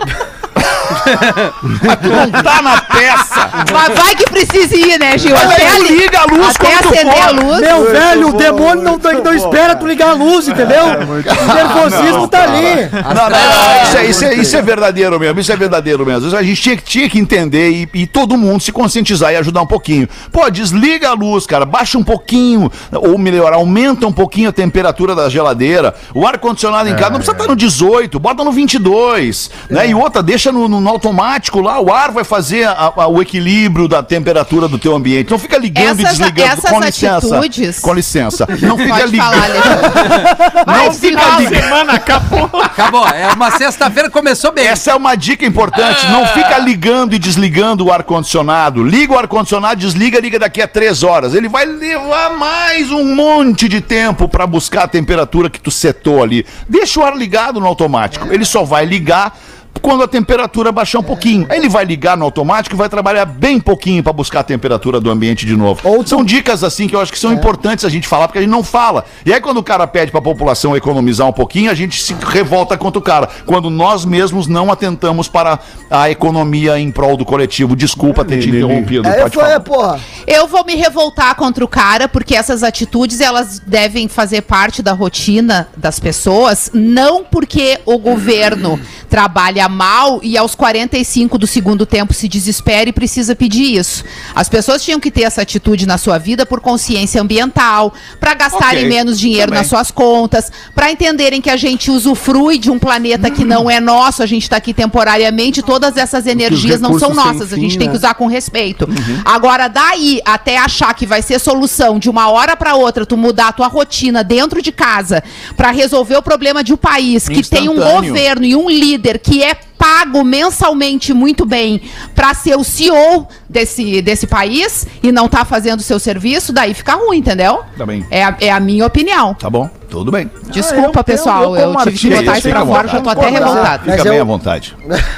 Mas tu não tá na peça. Mas vai que precisa ir, né, Gil? Mas Até aí tu ali- liga a luz até quando tu acender a for. luz. Meu velho, o demônio não, não, não espera tu ligar a luz, entendeu? O nervosismo tá ali. Não, não, não, isso é, isso, é, isso é verdadeiro mesmo, isso é verdadeiro mesmo. A gente tinha, que- tinha que entender e, e todo mundo se conscientizar e ajudar um pouquinho. Pô, desliga a luz, cara, baixa um pouquinho, ou melhor, aumenta um pouquinho a temperatura da geladeira. O ar-condicionado em casa não precisa estar no dezoito, bota no vinte e dois, né? E outra, deixa no, no automático lá, o ar vai fazer a- a- o equilíbrio da temperatura do teu ambiente. Não fica ligando Essas- e desligando. essas Com licença. atitudes- Com licença. Não fica Pode ligando. falar, Alexandre. Vai, Não fica desenrola. ligando. Semana acabou. Acabou. É uma sexta-feira, começou bem. Essa é uma dica importante. Não fica ligando e desligando o ar-condicionado. Liga o ar-condicionado, desliga, liga daqui a três horas. Ele vai levar mais um monte de tempo para buscar a temperatura que tu setou ali. Deixa o ar ligado no automático. Ele só vai ligar quando a temperatura baixar um pouquinho. Aí ele vai ligar no automático e vai trabalhar bem pouquinho para buscar a temperatura do ambiente de novo. Ou tu- São dicas assim que eu acho que são importantes a gente falar, porque a gente não fala. E aí quando o cara pede para a população economizar um pouquinho, a gente se revolta contra o cara. Quando nós mesmos não atentamos para a economia em prol do coletivo. Desculpa ter te interrompido. Aí Pode foi, falar. porra. Eu vou me revoltar contra o cara, porque essas atitudes, elas devem fazer parte da rotina das pessoas, não porque o governo trabalha mal e aos quarenta e cinco do segundo tempo se desespera e precisa pedir isso. As pessoas tinham que ter essa atitude na sua vida por consciência ambiental, para gastarem Ok, menos dinheiro também. nas suas contas, para entenderem que a gente usufrui de um planeta que não é nosso, a gente está aqui temporariamente, todas essas energias não são recursos sem nossas, a fim, gente tem que né? usar com respeito. Agora, daí até achar que vai ser solução de uma hora para outra, tu mudar a tua rotina dentro de casa para resolver o problema de um país que tem um Instantâneo. governo e um líder que é pago mensalmente muito bem para ser o C E O desse, desse país e não tá fazendo o seu serviço, daí fica ruim, entendeu? Tá bem. É a, é a minha opinião. Tá bom, tudo bem. Desculpa, eu- pessoal, eu- eu, eu tive que como botar artista, isso pra fica à fora, já tô até vontade. revoltado. Mas Fica eu- bem à vontade.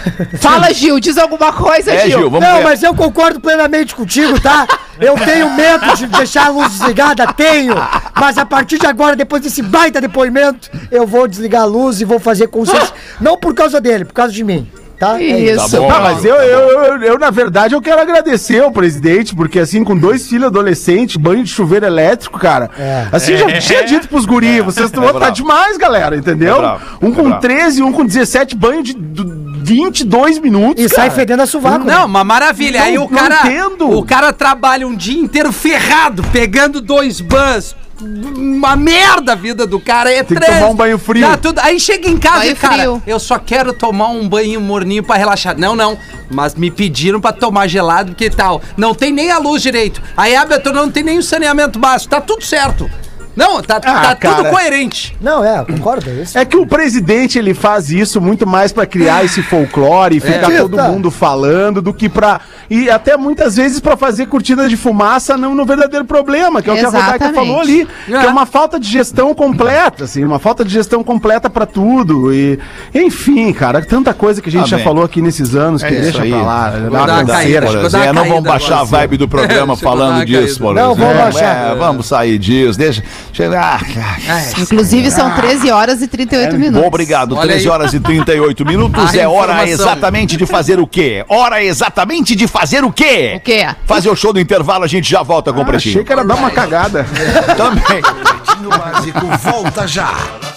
Fala, Gil, diz alguma coisa, É, Gil. Gil, vamos Não, ver. mas eu concordo plenamente contigo, tá? Eu tenho medo de deixar a luz desligada, tenho. Mas a partir de agora, depois desse baita depoimento, eu vou desligar a luz e vou fazer consciência. Não por causa dele, por causa de mim. Tá? É Isso. Tá bom. Tá, mas eu, eu, eu, eu, na verdade, eu quero agradecer ao presidente, porque assim, com dois filhos adolescentes, banho de chuveiro elétrico, cara, É. assim, já tinha dito pros guris, vocês estão É tá bravo. demais, galera, entendeu? É bravo, um é com bravo. treze, um com dezessete, banho de do- vinte e dois minutos, E sai cara. fedendo a sovaco. Não, uma maravilha. Não- Aí o não cara, entendo. o cara trabalha um dia inteiro ferrado, pegando dois bans. Uma merda a vida do cara. É Tem que trânsito, tomar um banho frio. dá tudo. Aí chega em casa Banho e, cara, frio. eu só quero tomar um banho morninho pra relaxar. Não, não. Mas me pediram pra tomar gelado, porque tal. Não tem nem a luz direito. Aí abre a torneira, não tem nem o saneamento básico. Tá tudo certo. Não, tá, tá tudo cara. coerente. Não, é, concordo, é isso. É que o presidente, ele faz isso muito mais pra criar esse folclore e ficar É. todo Tá. mundo falando do que pra e até muitas vezes pra fazer cortina de fumaça não no verdadeiro problema, que é o que a Rodaica Exatamente. falou ali, que é uma falta de gestão completa, assim, uma falta de gestão completa pra tudo e, enfim, cara, tanta coisa que a gente Tá já bem. falou aqui nesses anos, É que isso deixa aí. pra lá, dá dar uma uma canseira. caída, Por Vou dar uma exemplo, não caída vamos baixar agora, a vibe do programa É, chegou a dar falando uma disso, caída. por Não, exemplo. vamos baixar. É, vamos sair disso. Deixa. deixa ah, Inclusive são treze horas e trinta e oito minutos. Obrigado. Olha treze aí. horas e trinta e oito minutos. A É hora informação. exatamente de fazer o quê? Hora exatamente de fazer o quê? O quê? Fazer o show do intervalo, a gente já volta com o Ah, achei Pretinho. que era dar uma cagada. Também. Pretinho Básico volta já.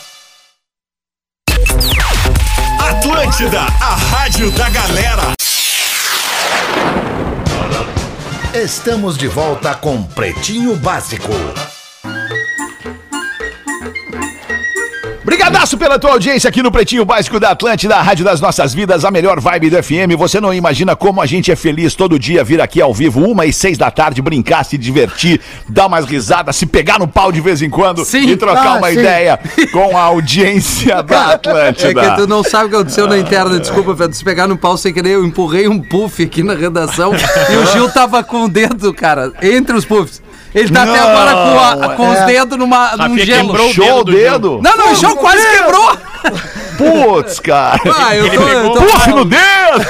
Atlântida, a rádio da galera. Estamos de volta com Pretinho Básico. Brigadaço pela tua audiência aqui no Pretinho Básico da Atlântida, a rádio das nossas vidas, a melhor vibe do F M. Você não imagina como a gente é feliz todo dia vir aqui ao vivo, uma e seis da tarde, brincar, se divertir, dar umas risadas, se pegar no pau de vez em quando Sim. e trocar Ah, uma sim. ideia com a audiência da Atlântida. É que tu não sabe o que aconteceu na interna, desculpa, Pedro. Se pegar no pau sem querer, eu empurrei um puff aqui na redação e o Gil tava com o dedo, cara, entre os puffs. Ele tá até Não, agora com, a- com os é. dedos numa, num Rafinha gelo. quebrou o Show o dedo do Gil. dedo? Não, não, o Gil quase quebrou. Putz, cara. Ah, eu Ele tô, eu pegou tô Puf no dedo!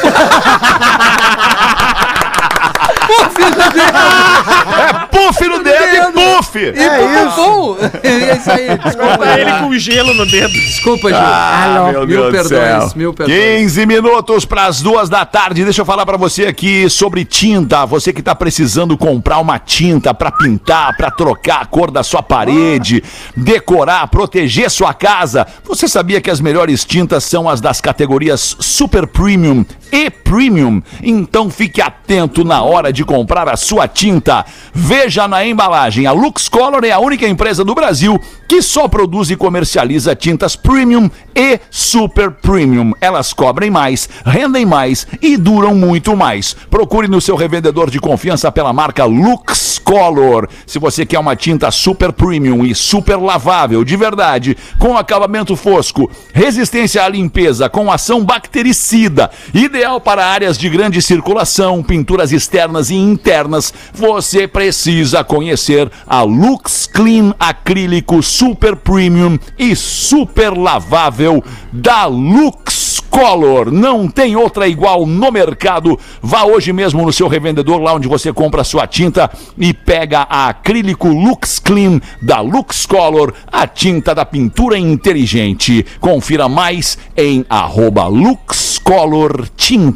puff no dedo. É puff no dedo e puff! E é isso. É isso aí. Desculpa, Pra ele com gelo no dedo. desculpa, Gil. Ah, meu Mil Deus do perdões, céu. mil perdões. quinze minutos para as duas da tarde. Deixa eu falar para você aqui sobre tinta. Você que tá precisando comprar uma tinta para pintar, para trocar a cor da sua parede, decorar, proteger sua casa. Você sabia que as melhores tintas são as das categorias Super Premium e Premium? Então fique atento na hora de comprar a sua tinta. Veja na embalagem. A Lux Color é a única empresa do Brasil que só produz e comercializa tintas Premium e Super Premium. Elas cobrem mais, rendem mais e duram muito mais. Procure no seu revendedor de confiança pela marca Lux Color. Se você quer uma tinta Super Premium e super lavável de verdade, com acabamento fosco, resistência à limpeza, com ação bactericida, ideal para áreas de grande circulação, pinturas externas e internas, você precisa conhecer a Lux Clean Acrílico Super Premium e super lavável da Lux Color. Não tem outra igual no mercado. Vá hoje mesmo no seu revendedor, lá onde você compra a sua tinta, e pega a acrílico Lux Clean da Lux Color, a tinta da pintura inteligente. Confira mais em arroba Lux Color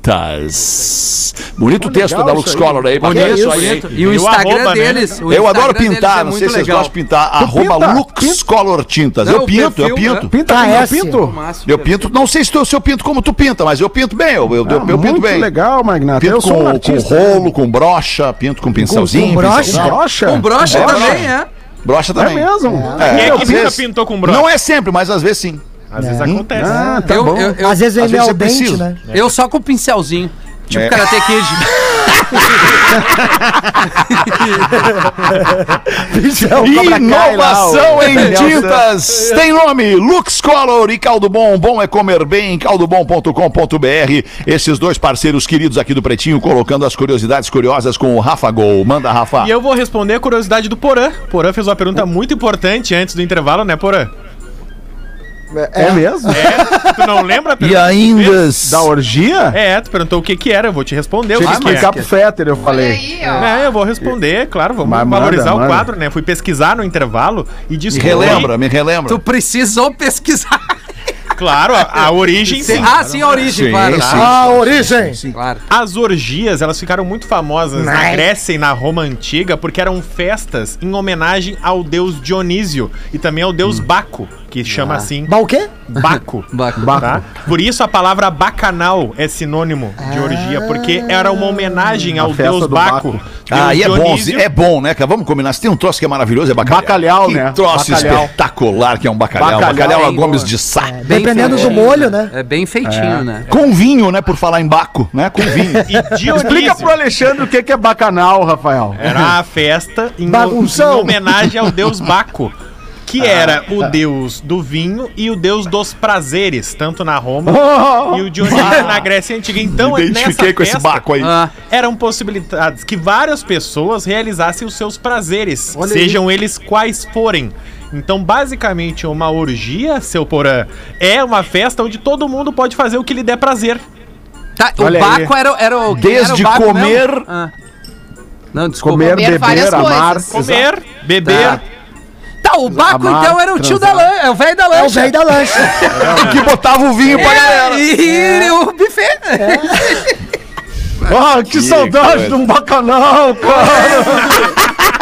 Tintas. Bonito texto legal da isso Lux aí. Color aí. pra Bonito, quem- isso, bonito. E o E o Instagram arroba, né? deles. o Eu adoro Instagram pintar, deles é não sei muito se vocês legal. gostam de pintar. Arroba pinta? Lux Color Tintas. Não, eu o pinto, eu perfil, pinto. né? Pinta Ah, como é eu assim. pinto? Máximo, Eu pinto, não sei se eu, se eu pinto como tu pinta, mas eu pinto bem, eu, eu, eu, eu pinto Muito bem. legal, Magnata. Pinto Eu sou um com, com artista. rolo, com brocha, pinto com pincelzinho. com brocha? pincelzinho. Brocha? Com brocha É, também, é. Brocha É também. mesmo? É, Quem é às que nunca vezes- pintou com brocha? Não é sempre, mas às vezes sim. Às vezes acontece. Ah, tá eu, bom. eu, eu, Às vezes às ele é vezes o é dente, preciso. né? eu só com pincelzinho. Tipo É. Karate Kid. Inovação em Nelson. tintas tem nome, Lux Color e Caldo Bom. Bom é comer bem, caldo bom ponto com ponto b r. Esses dois parceiros queridos aqui do Pretinho, colocando as curiosidades curiosas com o Rafa Gol. Manda, Rafa. E eu vou responder a curiosidade do Porã. Porã fez uma pergunta muito importante antes do intervalo, né, Porã? É mesmo? É, tu não lembra? a E pergunta que tu ainda... fez? Da orgia? É, tu perguntou o que que era, eu vou te responder o Tinha que que que é. explicar pro Fetter, eu falei. Aí, ó. É, eu vou responder, claro, vamos Mas manda, valorizar o manda. quadro, né? Fui pesquisar no intervalo e Me descobri... relembra, me relembra. Tu precisou pesquisar. Claro, a, a origem sim. Ah, sim, a origem, Sim, claro. sim. A origem. Claro. As orgias, elas ficaram muito famosas na Grécia e na Roma Antiga porque eram festas em homenagem ao deus Dionísio e também ao deus Baco, que chama assim Bah, o quê? Baco. Baco. Tá? Por isso a palavra bacanal é sinônimo de orgia, porque era uma homenagem ao festa deus do Baco. Baco. Deus Ah, e é bom, Dionísio. é bom, né, cara? Vamos combinar. Se tem um troço que é maravilhoso, é bacalhau. Bacalhau, que né? troço Bacalhau. espetacular que é um bacalhau. Bacalhau, Bacalhau, a hein, Gomes boa. de Sá. Bem Dependendo do feitinho, molho, né? É bem feitinho, né? Com vinho, né? Por falar em Baco, né? Com vinho. E Dionísio Explica pro Alexandre o que que é bacanal, Rafael. era a festa em, em Bagunção. homenagem ao deus Baco. que era o deus do vinho e o deus dos prazeres, tanto na Roma e o Dionísio na Grécia Antiga. Então, Me identifiquei nessa com esse festa, baco aí. Ah. eram possibilidades que várias pessoas realizassem os seus prazeres, Olha sejam eles quais forem. Então, basicamente, uma orgia, seu Porã, é uma festa onde todo mundo pode fazer o que lhe der prazer. Tá, o Olha Baco aí. era, era o. quem Desde era o Baco comer- mesmo? Ah. Não, desculpa. Comer, Comer várias beber, amar. coisas. Comer, beber... Tá. Tá, o Baco Amar, então era o tio da transar. lancha, é o velho da É o lancha. velho da lancha. Que botava o vinho pra galera. E, e o buffet. Ah, que, saudade coisa. de um bacanal, cara.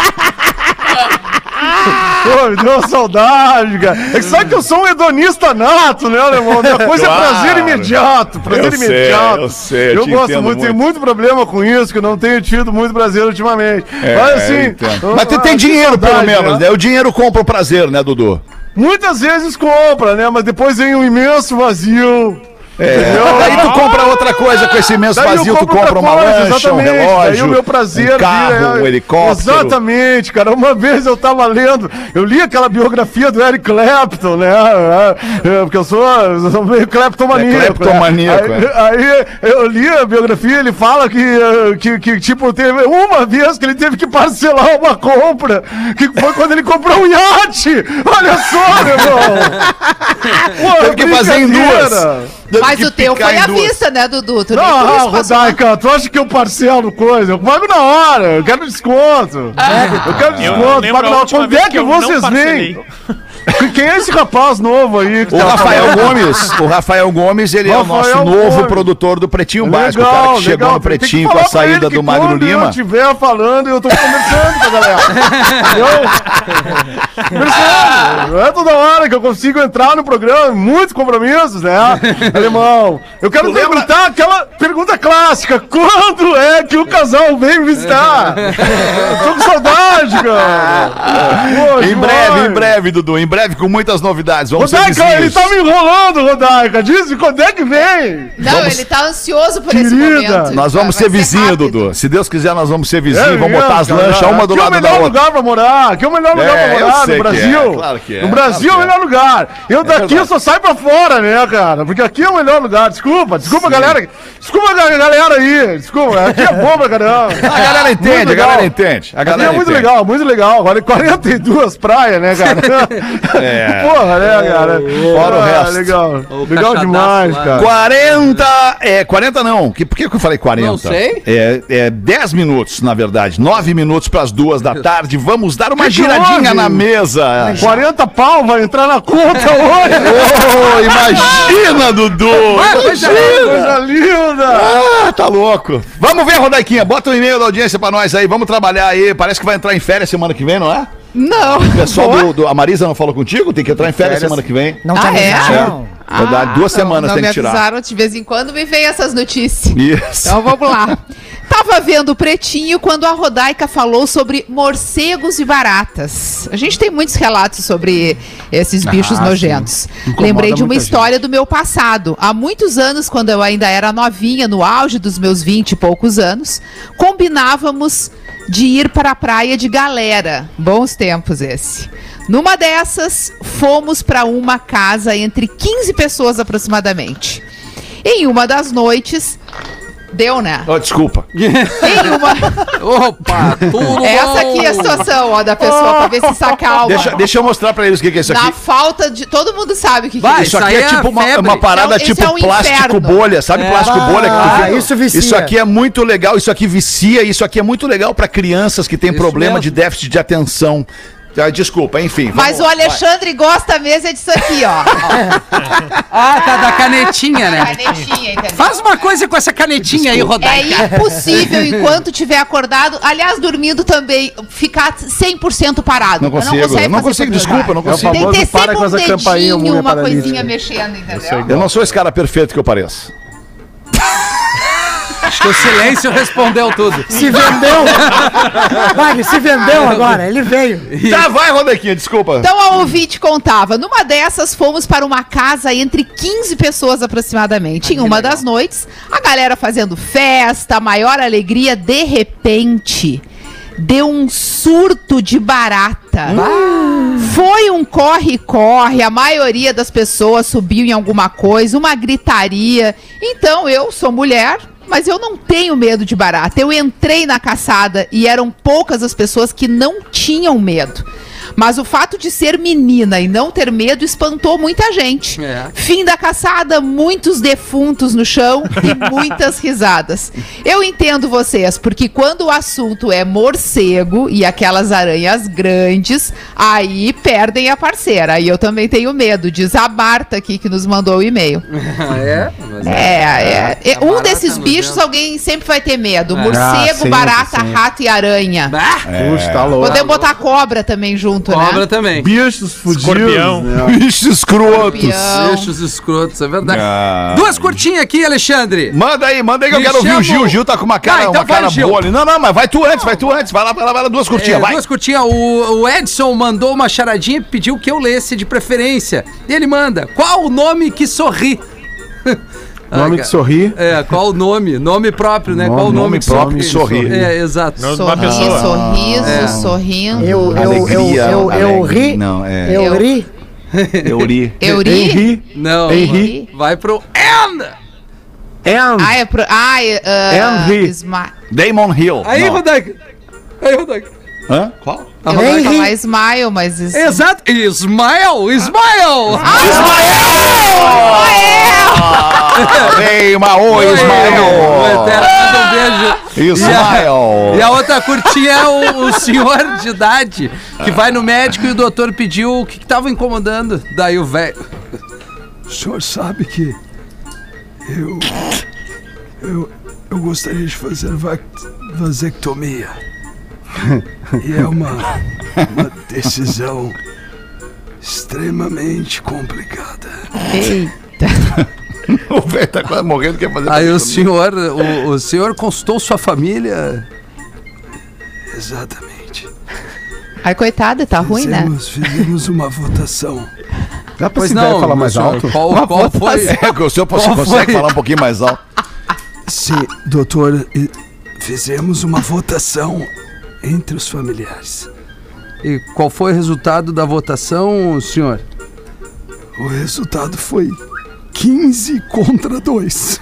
Pô, me deu uma saudade, cara. É que sabe que eu sou um hedonista nato, né, alemão? Minha coisa Claro. é prazer imediato. Prazer Eu sei, imediato. eu sei, eu Eu te gosto entendo muito, tenho muito. muito problema com isso, que eu não tenho tido muito prazer ultimamente. É, Mas eu assim. entendo. eu- Mas tu tem ah, dinheiro, que pelo saudade, menos, né? O dinheiro compra o prazer, né, Dudu? Muitas vezes compra, né? Mas depois vem um imenso vazio. É. Daí tu compra outra coisa com esse imenso Daí eu vazio, tu compro compra outra uma coisa, lancha, um exatamente. relógio, Daí o meu prazer um carro, vira- um helicóptero. Exatamente, cara. Uma vez eu tava lendo, eu li aquela biografia do Eric Clapton, né? É, porque eu sou, eu sou meio cleptomaníaco. É cleptomaníaco, né? é. Aí, aí eu li a biografia, ele fala que, eh, que, que, tipo, teve uma vez que ele teve que parcelar uma compra, que foi quando ele comprou um iate. Olha só, meu irmão. Pô, Teve que fazer em duas. brincadeira. Teve Mas que o teu picar foi em à duas. vista, né, Dudu? Tu nem por Não, isso passou. Rodaica, tu acha que eu parcelo coisa? Eu pago na hora, eu quero desconto. Eu quero Eu desconto, lembro pago a na hora. última Quando vez é que que eu não vocês parcelei. vêm? Quem é esse rapaz novo aí? Que O tá Rafael falando? Gomes, o Rafael Gomes, ele é o nosso Rafael novo Gomes. produtor do Pretinho Básico, o cara que chegou no Tem que Pretinho com falar a pra ele saída que do Magro quando Lima. eu estiver falando, eu tô conversando com a galera. Entendeu? Conversando. Não é toda hora que eu consigo entrar no programa, muitos compromissos, né? Alemão, eu quero perguntar aquela pergunta clássica: quando é que o casal vem me visitar? Eu tô com saudade, cara. Pô, Em demais. breve, em breve, Dudu, em breve com muitas novidades. Vamos ser Rodaica, ele vizinhos. tá me enrolando, Rodaica. Diz quando é que vem? Não, ele tá ansioso por esse Querida, momento. Nós Vai- vamos vai ser vizinho, rápido. Dudu. Se Deus quiser, nós vamos ser vizinho. É vamos mesmo, botar as cara. lanchas uma do Aqui lado é o da melhor outra. lugar pra morar. Aqui é o melhor lugar É, pra eu morar sei no que Brasil. é, claro que é, No Brasil claro é o que melhor lugar. Eu daqui verdade. eu só saio pra fora, né, cara? Porque aqui é o melhor lugar. Desculpa, desculpa, galera. Desculpa, ga- galera aí. Desculpa, aqui é bom pra caramba. A galera entende, Muito a legal. galera entende. A Aqui galera é muito entende. legal, muito legal. Agora quarenta e duas praias, né, cara? É. Porra, né, cara? Fora o Ah, resto. Legal. O Legal cachadaço demais, lá. cara. quarenta, é, quarenta não, que, por que que eu falei quarenta? Não sei. É, é dez minutos, na verdade, nove minutos para as duas da tarde, vamos dar uma Que que giradinha houve? na mesa. quarenta pau vai entrar na conta hoje. Oh, imagina, Dudu! coisa Coisa linda. Ah, tá louco. Vamos ver, Rodaiquinha, bota o e-mail da audiência pra nós aí, vamos trabalhar aí, parece que vai entrar em férias semana que vem, não é? Não. O pessoal do, do- a Marisa não falou contigo? Tem que entrar em férias, semana que vem. Não Ah, te é? avisaram? Verdade, duas não, semanas não tem me que tirar. avisaram, de vez em quando me vem essas notícias. Isso. Então vamos lá. Tava vendo o Pretinho quando a Rodaica falou sobre morcegos e baratas. A gente tem muitos relatos sobre esses bichos nojentos. Lembrei de uma muita história do meu passado. Há muitos anos, quando eu ainda era novinha, no auge dos meus vinte e poucos anos, combinávamos de ir para a praia de galera. Bons tempos esse. Numa dessas, fomos para uma casa entre quinze pessoas aproximadamente. Em uma das noites, deu, né? Oh, desculpa. Em uma... Opa, tudo Essa bom? aqui é a situação, ó, da pessoa, pra ver se se acalma. Deixa, deixa eu mostrar pra eles o que, que é isso Na aqui. falta de... Todo mundo sabe o que, que Vai, é Isso isso. aqui aí é é tipo uma, febre. uma parada Esse é um- tipo esse é um plástico inferno. bolha, sabe plástico bolha que tu Ah, fica- isso vicia. Isso aqui é muito legal, isso aqui vicia, isso aqui é muito legal pra crianças que têm Isso problema mesmo. de déficit de atenção. Ah, desculpa, enfim. Mas o vamos- Alexandre gosta mesmo é disso aqui, ó. Ó, Ah, tá da canetinha, né? canetinha, entendeu? Faz uma coisa com essa canetinha aí, É Rodaica. impossível, enquanto tiver acordado, aliás, dormindo também, ficar cem por cento parado. Não consigo, eu não fazer consigo, pra desculpa, eu não É o consigo. Tem que famoso ter para sempre com um essa campainha, dedinho, mulher uma paralítica. coisinha mexendo, entendeu? Eu não sou esse cara perfeito que eu pareço. Acho que o silêncio respondeu tudo. Se vendeu. Vai, se vendeu agora. Ele veio. Tá, vai, Rodequinha, desculpa. Então a ouvinte contava, numa dessas fomos para uma casa entre quinze pessoas aproximadamente. Em uma das noites, a galera fazendo festa, maior alegria, de repente, deu um surto de barata barata. Foi um corre-corre, a maioria das pessoas subiu em alguma coisa, uma gritaria. Então, eu sou mulher, mas eu não tenho medo de barata. Eu entrei na caçada e eram poucas as pessoas que não tinham medo. Mas o fato de ser menina e não ter medo espantou muita gente. É. Fim da caçada, muitos defuntos no chão e muitas risadas. Eu entendo vocês, porque quando o assunto é morcego e aquelas aranhas grandes, aí perdem a parceira. Aí eu também tenho medo, diz a Marta aqui que nos mandou o e-mail. é? Mas é, é. é. Um desses bichos vendo. Alguém sempre vai ter medo. É. Morcego, ah, barata, sim. rato e aranha. É. Puxa, tá louco. Podemos botar cobra também junto. Cobra né? também. Bichos fudidos. Escorpião. Né? Bichos escrotos. Escorpião. Bichos escrotos, é verdade. Ah. Duas curtinhas aqui, Alexandre. Manda aí, manda aí que Me eu quero chamo... ouvir o Gil. O Gil tá com uma cara, ah, então uma cara boa ali. Não, não, mas vai tu antes, vai tu antes. Vai lá, vai lá, vai lá. Duas curtinhas, é, vai. Duas curtinhas. O, o Edson mandou uma charadinha e pediu que eu lesse de preferência. E ele manda, qual o nome que sorri? Nome ah, que sorri. É, qual o nome? Nome próprio, né? Nome, qual o nome, nome que próprio que sorri. É, exato. Sorriso, sorriso, é. sorrindo. Eu, eu, eu, eu, eu ri. Não, é. Eu ri. Eu ri. Eu ri? Não. Henri. Vai pro N. N. Ah, é pro... Ah, é... Henri. Sma... Damon Hill. Aí, Rodak. Aí, Rodak. Hã? Qual? Eu vou falar Smile, mas... Isso... Exato. Smile! Smile! Ah, Ismael! Ei, Maô, Ismael! Um beijo. Ismael! E a outra curtinha é o, o senhor de idade que vai no médico e o doutor pediu o que, que tava incomodando. Daí o velho... O senhor sabe que eu... Eu, eu gostaria de fazer vasectomia. E é uma, uma decisão extremamente complicada. Eita. O velho tá quase morrendo, quer fazer. Aí o senhor, o, o senhor consultou sua família? Exatamente. Ai, coitada, tá fizemos, ruim, né? Fizemos uma votação. Dá pra não, falar mais senhor, alto? Qual, qual foi? É, o senhor qual consegue foi? falar um pouquinho mais alto? Sim, doutor, fizemos uma votação entre os familiares. E qual foi o resultado da votação, senhor? O resultado foi quinze contra dois.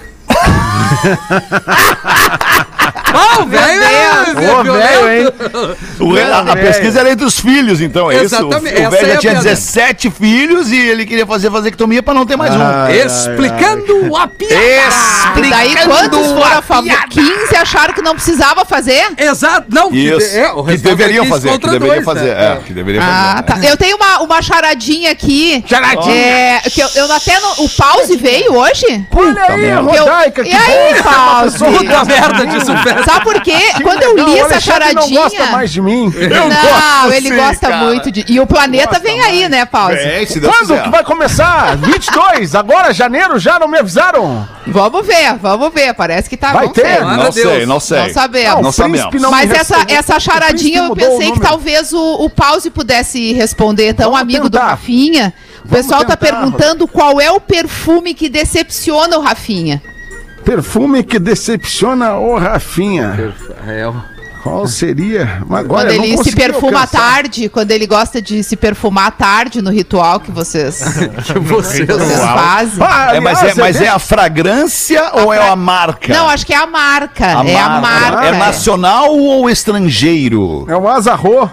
Oh, velho! Ô, velho, hein? O, a, a pesquisa era entre os filhos, então, é Exatamente. isso? O, o velho já é tinha dezessete filhos e ele queria fazer vasectomia pra não ter mais ah, um. Ai, Explicando ai, a piada! E daí quantos foram a favor? quinze acharam que não precisava fazer? Exato, não. Isso, que, é, o que deveriam fazer, que deveriam dois, fazer. Né? É, que deveriam ah, fazer. tá. Eu tenho uma, uma charadinha aqui. Charadinha! É, que eu, eu até não, o Pause veio hoje? Olha aí, Rodaica, E aí, Pause? Puta merda disso, Sabe por quê? Quando eu li essa charadinha... não gosta mais de mim. Não, gosto ele sim, gosta cara. muito de... E o planeta vem aí, né, Pause? É, se Deus Quando quiser. que vai começar? vinte e dois, agora, janeiro, já não me avisaram? Vamos ver, vamos ver. Parece que tá... Vai vamos ter? ver. Não sei, não sei. Não sabemos. Não sabemos. Não Mas me essa, respondeu. essa charadinha eu O príncipe pensei mudou o que número. talvez o, o Pause pudesse responder. Tão Vamos amigo tentar. do Rafinha. O Vamos pessoal tá tentar, perguntando qual é o perfume que decepciona o Rafinha. Perfume que decepciona o Rafinha. É, Qual seria? Mas agora Quando eu não ele se consegui perfuma à alcançar. tarde, quando ele gosta de se perfumar à tarde no ritual que vocês, que vocês vocês fazem. Ah, É, mas é, aliás, mas é deixa- a fragrância ou é a marca? Não, acho que é a marca. A é a marca. marca. É nacional ou estrangeiro? É o Azarro.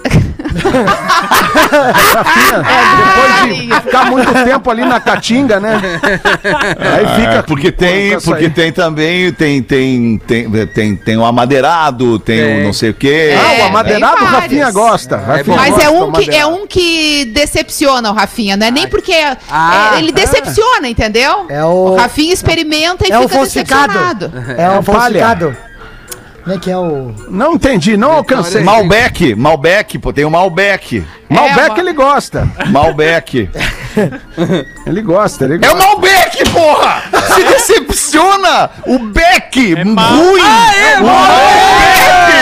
Depois de ficar muito tempo ali na caatinga, né? Aí fica. É, porque tem, com essa porque aí. tem também, tem, tem, tem, tem, tem o amadeirado, tem o não sei o quê. Ah, o É, amadeirado tem o Rafinha vários. gosta. Rafinha Mas gosta é do um, que, é amadeirado. um que decepciona o Rafinha, não é nem porque é- Ah, é- ele decepciona, entendeu? É o- Rafinha experimenta e É o fica falsificado. decepcionado. É o palha. falsificado. Como é que é o... Não entendi, não alcancei. Malbec, Malbec, pô, tem o Malbec. Malbec ma- ele gosta. Malbec. Ele gosta, ele É gosta. o Malbec, porra! Se decepciona! O Beck, ruim! Aê, o Malbec!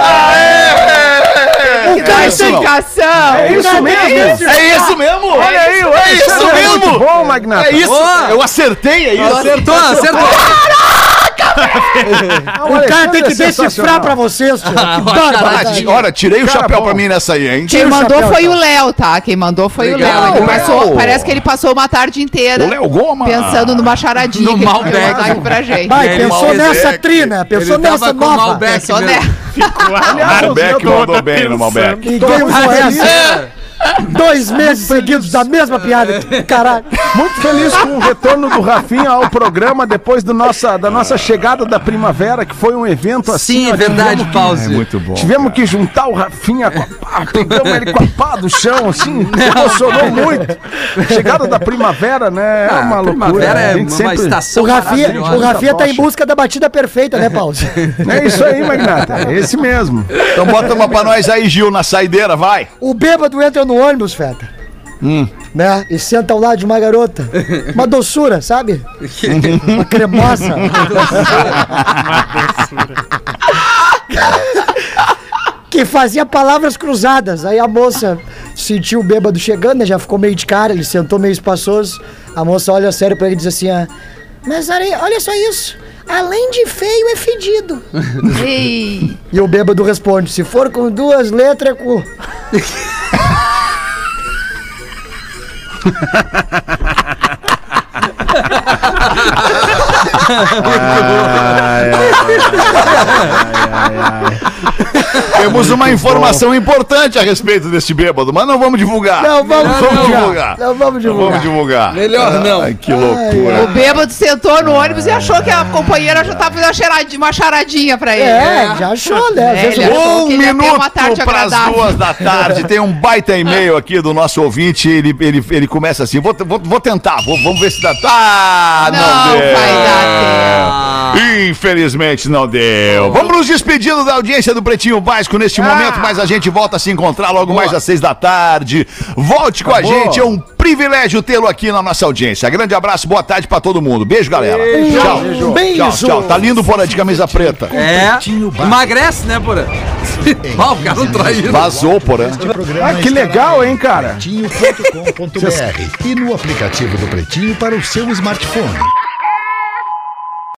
Que É isso, não. classificação! É isso mesmo. É isso mesmo! Olha aí, o é isso Alexandre é mesmo! muito bom, Magnata. É isso! Boa. Eu acertei, é isso! Acertou, acertou. Caraca, O cara tem que decifrar pra vocês, tio. Ah, Que barbaridade. olha, tirei o Cara, chapéu bom. pra mim nessa aí, hein? Quem Tira o mandou chapéu, foi então. o Léo, tá? Quem mandou foi Legal, o Léo. Ele Léo. passou- parece que ele passou uma tarde inteira O Léo Goma. pensando numa charadinha No que ele Malbec. vai mandar aqui pra gente. Vai, Ele pensou Malbec. nessa trina, pensou Ele tava nessa com nova. Malbec Pensou mesmo. né? Malbec mandou bem no Malbec. Ninguém usou essa. É. Dois meses seguidos da mesma piada. Caralho. Muito feliz com o retorno do Rafinha ao programa depois do nossa, da nossa chegada da primavera, que foi um evento assim. Sim, é ó, verdade, tivemos que- Pause. Muito bom. Tivemos que juntar o Rafinha com a pá, pegamos ele com a pá do chão, assim, emocionou muito. Chegada da primavera, né? É Ah, uma loucura. primavera é A gente uma sempre- estação O Rafinha, maravilhosa. o Rafinha tá em Tocha. busca da batida perfeita, né, Pause? É isso aí, Magnata. É esse mesmo. Então bota uma pra nós aí, Gil, na saideira, vai. O bêbado entra no ônibus, Feta. Né? E senta ao lado de uma garota. Uma doçura, sabe? Uma cremosa. Que fazia palavras cruzadas. Aí a moça sentiu o bêbado chegando, né? Já ficou meio de cara, ele sentou meio espaçoso. A moça olha sério pra ele e diz assim: ah, mas olha, olha só isso. Além de feio, é fedido. Ei. E o bêbado responde: se for com duas letras, é cu. Temos uma informação importante a respeito deste bêbado, mas não vamos divulgar. Não vamos Não vamos divulgar. divulgar. Não vamos Não vamos divulgar. divulgar. Melhor não. Ai, que loucura. O bêbado sentou no ônibus e achou que a companheira já tava fazendo uma charadinha, uma charadinha pra ele. É, já achou, né? Às É, vezes ele o- achou Um que ele ia ter minuto uma tarde para as agradável. duas da tarde. Tem um baita e-mail aqui do nosso ouvinte. Ele, ele, ele começa assim: vou, vou, vou tentar, vou, vamos ver se dá. Ah, não, Não deu. vai Ah, Infelizmente não deu. Vamos nos despedindo da audiência do Pretinho Básico neste momento, mas a gente volta a se encontrar logo mais às seis da tarde. Volte com a gente, é um privilégio tê-lo aqui na nossa audiência. Grande abraço, boa tarde pra todo mundo. Beijo, galera. Tchau. Um beijo. Tchau, tchau. Tá lindo Porã de camisa preta. é. Emagrece, né, Porã? Ó, o cara não traído. Vazou, Porã. Ah, que legal, hein, cara? pretinho ponto com ponto br e no aplicativo do Pretinho para o seu smartphone.